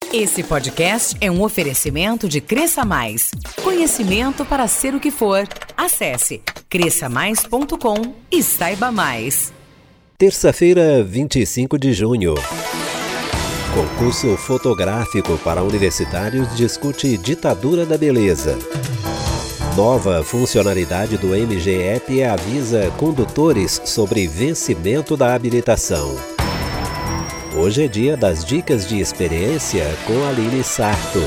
Esse podcast é um oferecimento de Cresça Mais. Conhecimento para ser o que for. Acesse cresçamais.com e saiba mais. Terça-feira, 25 de junho. Concurso fotográfico para universitários discute ditadura da beleza. Nova funcionalidade do MG App avisa condutores sobre vencimento da habilitação. Hoje é dia das dicas de experiência com Aline Sarto.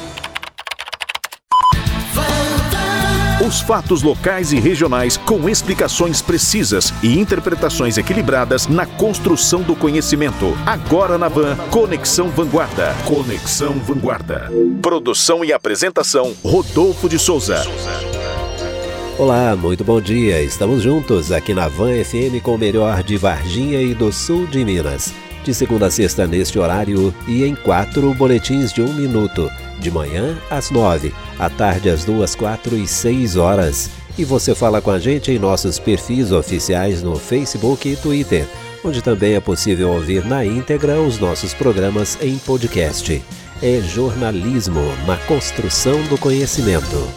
Os fatos locais e regionais com explicações precisas e interpretações equilibradas na construção do conhecimento. Agora na Van, Conexão Vanguarda. Conexão Vanguarda. Produção e apresentação, Rodolfo de Souza. Olá, muito bom dia. Estamos juntos aqui na Van FM com o melhor de Varginha e do sul de Minas. De segunda a sexta neste horário e em 4 boletins de 1 minuto. De manhã às 9, à tarde às 2, 4 e 6 horas. E você fala com a gente em nossos perfis oficiais no Facebook e Twitter, onde também é possível ouvir na íntegra os nossos programas em podcast. É jornalismo na construção do conhecimento.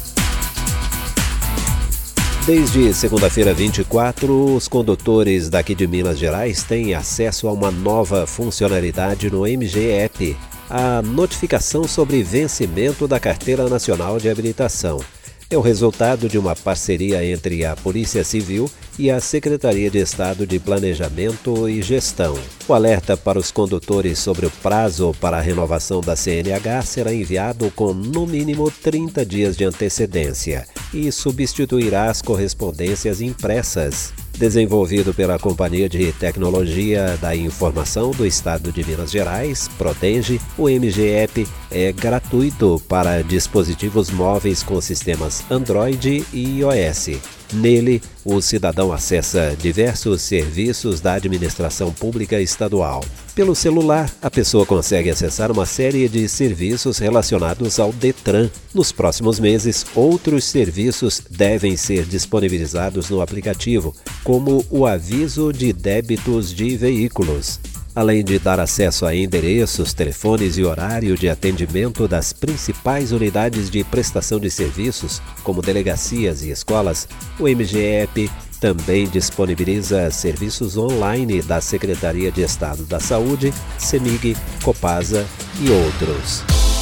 Desde segunda-feira 24, os condutores daqui de Minas Gerais têm acesso a uma nova funcionalidade no MG App, a notificação sobre vencimento da Carteira Nacional de Habilitação. É o resultado de uma parceria entre a Polícia Civil e a Secretaria de Estado de Planejamento e Gestão. O alerta para os condutores sobre o prazo para a renovação da CNH será enviado com, no mínimo, 30 dias de antecedência e substituirá as correspondências impressas. Desenvolvido pela Companhia de Tecnologia da Informação do Estado de Minas Gerais, Prodenge, o MG App é gratuito para dispositivos móveis com sistemas Android e iOS. Nele, o cidadão acessa diversos serviços da administração pública estadual. Pelo celular, a pessoa consegue acessar uma série de serviços relacionados ao Detran. Nos próximos meses, outros serviços devem ser disponibilizados no aplicativo, como o aviso de débitos de veículos. Além de dar acesso a endereços, telefones e horário de atendimento das principais unidades de prestação de serviços, como delegacias e escolas, o MG App também disponibiliza serviços online da Secretaria de Estado da Saúde, CEMIG, Copasa e outros.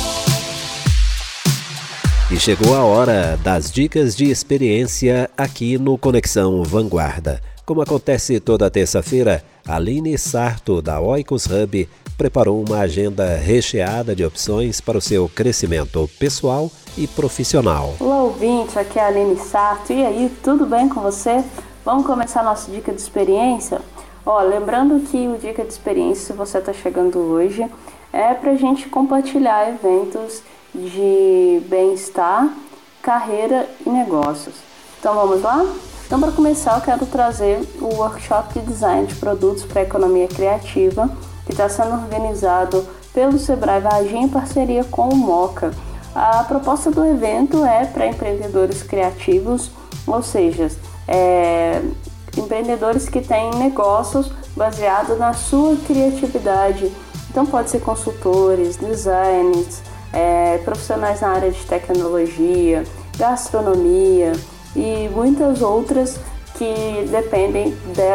E chegou a hora das dicas de experiência aqui no Conexão Vanguarda. Como acontece toda terça-feira, Aline Sarto, da Oikos Hub, preparou uma agenda recheada de opções para o seu crescimento pessoal e profissional. Olá, ouvinte, aqui é a Aline Sarto. E aí, tudo bem com você? Vamos começar a nossa dica de experiência? Lembrando que o Dica de Experiência, se você está chegando hoje, é para a gente compartilhar eventos de bem-estar, carreira e negócios. Então vamos lá? Então, para começar, eu quero trazer o workshop de design de produtos para a economia criativa, que está sendo organizado pelo Sebrae Varginha em parceria com o Moca. A proposta do evento é para empreendedores criativos, ou seja, empreendedores que têm negócios baseados na sua criatividade. Então, pode ser consultores, designers, profissionais na área de tecnologia, gastronomia e muitas outras que dependem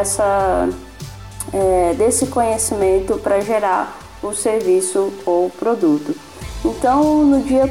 desse conhecimento para gerar o serviço ou produto. Então, no dia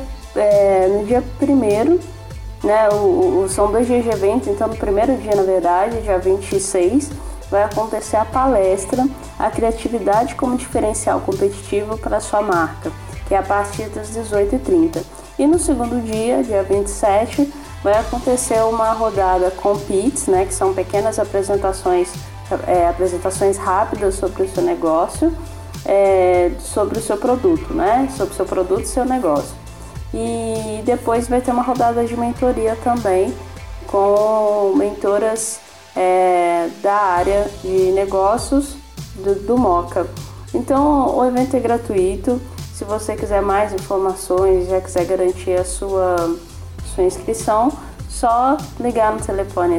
1º, né, são 2 dias de evento, então no primeiro dia, na verdade, dia 26, vai acontecer a palestra A Criatividade como Diferencial Competitivo para a Sua Marca, que é a partir das 18h30. E no segundo dia, dia 27, vai acontecer uma rodada Competes, né, que são pequenas apresentações rápidas sobre o seu negócio, sobre o seu produto, né, sobre o seu produto e seu negócio. E depois vai ter uma rodada de mentoria também, com mentoras da área de negócios do Moca. Então, o evento é gratuito. Se você quiser mais informações, já quiser garantir a sua inscrição, só ligar no telefone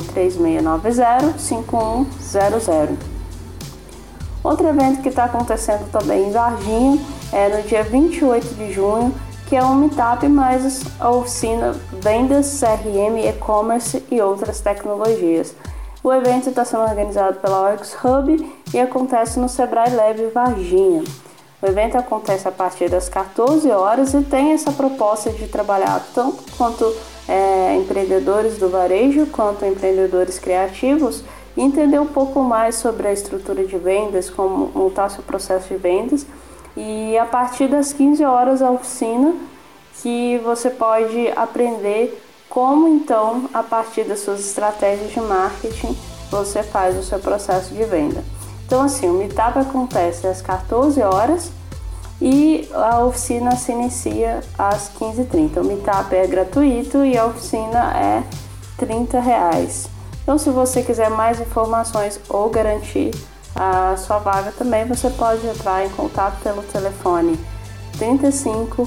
3690-5100. Outro evento que está acontecendo também em Varginha no dia 28 de junho, que é um meetup mais a oficina Vendas, CRM, E-Commerce e outras tecnologias. O evento está sendo organizado pela Oikos Hub e acontece no Sebrae Lab Varginha. O evento acontece a partir das 14 horas e tem essa proposta de trabalhar tanto quanto empreendedores do varejo quanto empreendedores criativos e entender um pouco mais sobre a estrutura de vendas, como montar seu processo de vendas. E a partir das 15 horas a oficina que você pode aprender como então, a partir das suas estratégias de marketing, você faz o seu processo de venda. Então assim, o meetup acontece às 14 horas e a oficina se inicia às 15h30. O meetup é gratuito e a oficina é R$30. Então se você quiser mais informações ou garantir a sua vaga também, você pode entrar em contato pelo telefone 35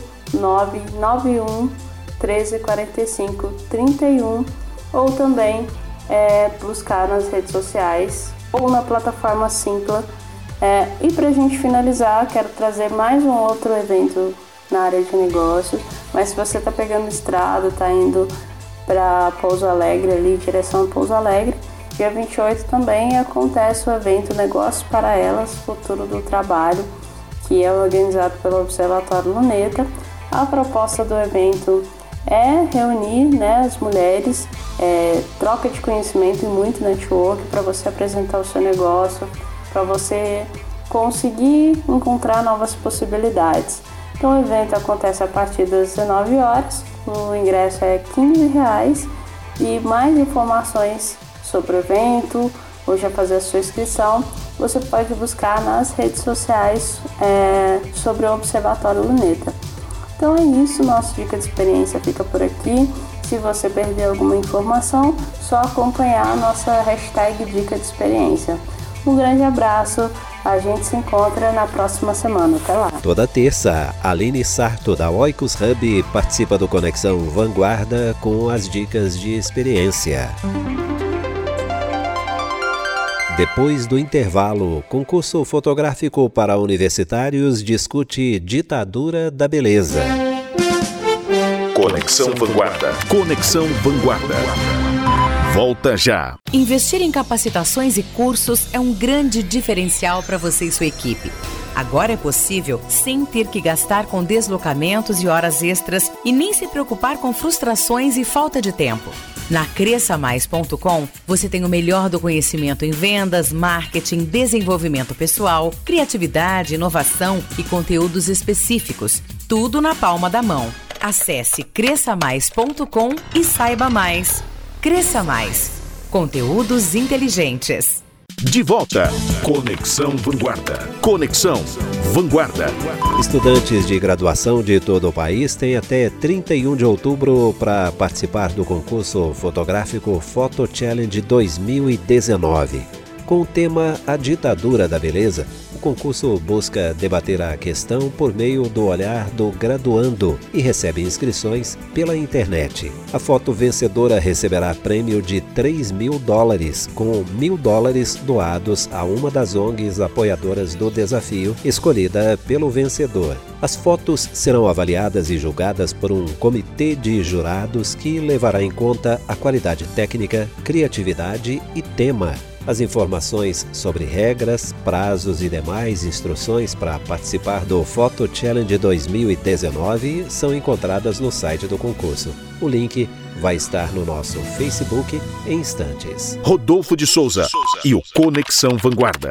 991 13 45 31 ou também buscar nas redes sociais ou na plataforma Simpla. E para a gente finalizar, quero trazer mais um outro evento na área de negócios, mas se você está pegando estrada, está indo para Pouso Alegre, ali, direção a Pouso Alegre, dia 28 também acontece o evento Negócios para Elas, Futuro do Trabalho, que é organizado pelo Observatório Luneta. A proposta do evento é reunir as mulheres, troca de conhecimento e muito network para você apresentar o seu negócio, para você conseguir encontrar novas possibilidades. Então o evento acontece a partir das 19 horas, o ingresso é R$15 e mais informações sobre o evento ou já fazer a sua inscrição, você pode buscar nas redes sociais sobre o Observatório Luneta. Então é isso, nossa dica de experiência fica por aqui. Se você perder alguma informação, só acompanhar a nossa hashtag Dica de Experiência. Um grande abraço, a gente se encontra na próxima semana, até lá. Toda terça, Aline Sarto da Oikos Hub participa do Conexão Vanguarda com as dicas de experiência. Depois do intervalo, concurso fotográfico para universitários discute ditadura da beleza. Conexão Vanguarda. Conexão Vanguarda. Volta já. Investir em capacitações e cursos é um grande diferencial para você e sua equipe. Agora é possível sem ter que gastar com deslocamentos e horas extras e nem se preocupar com frustrações e falta de tempo. Na cresçamais.com, você tem o melhor do conhecimento em vendas, marketing, desenvolvimento pessoal, criatividade, inovação e conteúdos específicos. Tudo na palma da mão. Acesse cresçamais.com e saiba mais. Cresça Mais. Conteúdos inteligentes. De volta. Conexão Vanguarda. Conexão Vanguarda. Estudantes de graduação de todo o país têm até 31 de outubro para participar do concurso fotográfico Photo Challenge 2019. Com o tema A Ditadura da Beleza, o concurso busca debater a questão por meio do olhar do graduando e recebe inscrições pela internet. A foto vencedora receberá prêmio de $3.000, com $1.000 doados a uma das ONGs apoiadoras do desafio, escolhida pelo vencedor. As fotos serão avaliadas e julgadas por um comitê de jurados que levará em conta a qualidade técnica, criatividade e tema. As informações sobre regras, prazos e demais instruções para participar do Photo Challenge 2019 são encontradas no site do concurso. O link vai estar no nosso Facebook em instantes. Rodolfo de Souza e o Conexão Vanguarda.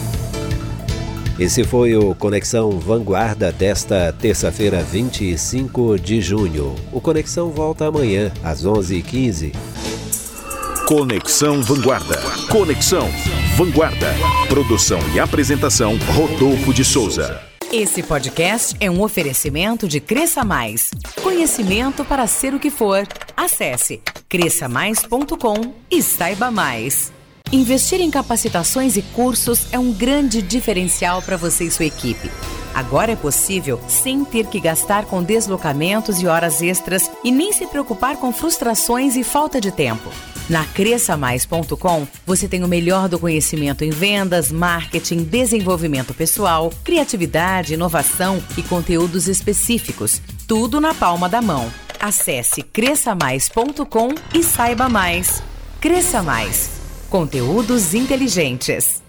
Esse foi o Conexão Vanguarda desta terça-feira, 25 de junho. O Conexão volta amanhã, às 11h15. Conexão Vanguarda. Conexão Vanguarda. Produção e apresentação, Rodolfo de Souza. Esse podcast é um oferecimento de Cresça Mais. Conhecimento para ser o que for. Acesse cresçamais.com e saiba mais. Investir em capacitações e cursos é um grande diferencial para você e sua equipe. Agora é possível sem ter que gastar com deslocamentos e horas extras e nem se preocupar com frustrações e falta de tempo. Na cresçamais.com, você tem o melhor do conhecimento em vendas, marketing, desenvolvimento pessoal, criatividade, inovação e conteúdos específicos. Tudo na palma da mão. Acesse cresçamais.com e saiba mais. Cresça Mais. Conteúdos inteligentes.